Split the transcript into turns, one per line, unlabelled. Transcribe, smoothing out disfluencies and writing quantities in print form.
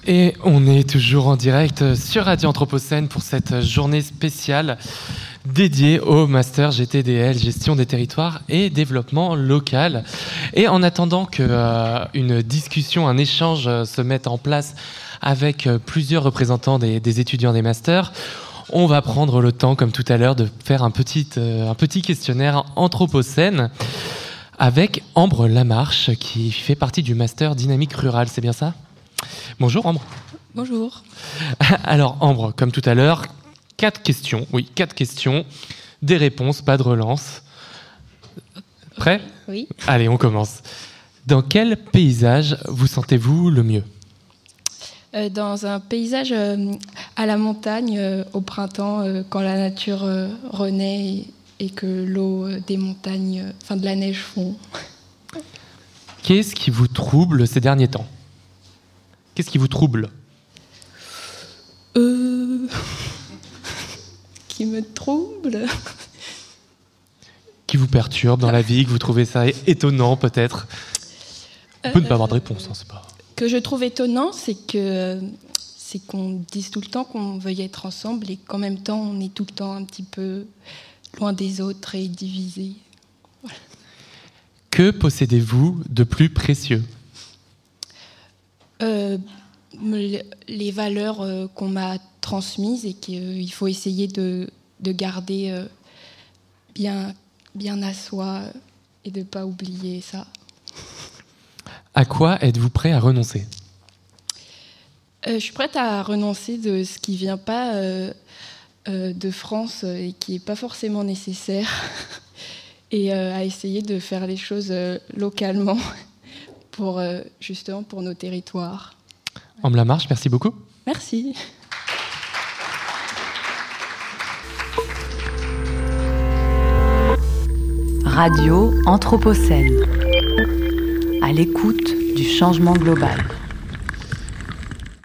Et on est toujours en direct sur Radio Anthropocène pour cette journée spéciale dédiée au Master GTDL, Gestion des territoires et développement local. Et en attendant qu'une discussion, un échange se mette en place avec plusieurs représentants des étudiants des Masters, on va prendre le temps, comme tout à l'heure, de faire un petit questionnaire Anthropocène avec Ambre Lamarche, qui fait partie du Master Dynamique Rurale. C'est bien ça ? Bonjour Ambre.
Bonjour.
Alors Ambre, comme tout à l'heure, 4 questions, des réponses, pas de relance. Prêt ?
Oui.
Allez, on commence. Dans quel paysage vous sentez-vous le mieux ?
Dans un paysage à la montagne, au printemps, quand la nature renaît et que l'eau des montagnes, de la neige fond.
Qu'est-ce qui vous trouble ces derniers temps ? Qu'est-ce qui vous trouble ?
Qui me trouble ?
Qui vous perturbe dans la vie, que vous trouvez ça étonnant peut-être ? On peut ne pas avoir de réponse, c'est pas...
Que je trouve étonnant, c'est qu'on dise tout le temps qu'on veuille être ensemble et qu'en même temps, on est tout le temps un petit peu loin des autres et divisés. Voilà.
Que possédez-vous de plus précieux ?
Les valeurs qu'on m'a transmises et qu'il faut essayer de garder bien à soi et de ne pas oublier ça.
À quoi êtes-vous prêt à renoncer ?
Je suis prête à renoncer de ce qui ne vient pas de France et qui n'est pas forcément nécessaire et à essayer de faire les choses localement justement pour nos territoires.
Ambre Lamarche, merci beaucoup.
Merci.
Radio Anthropocène, à l'écoute du changement global.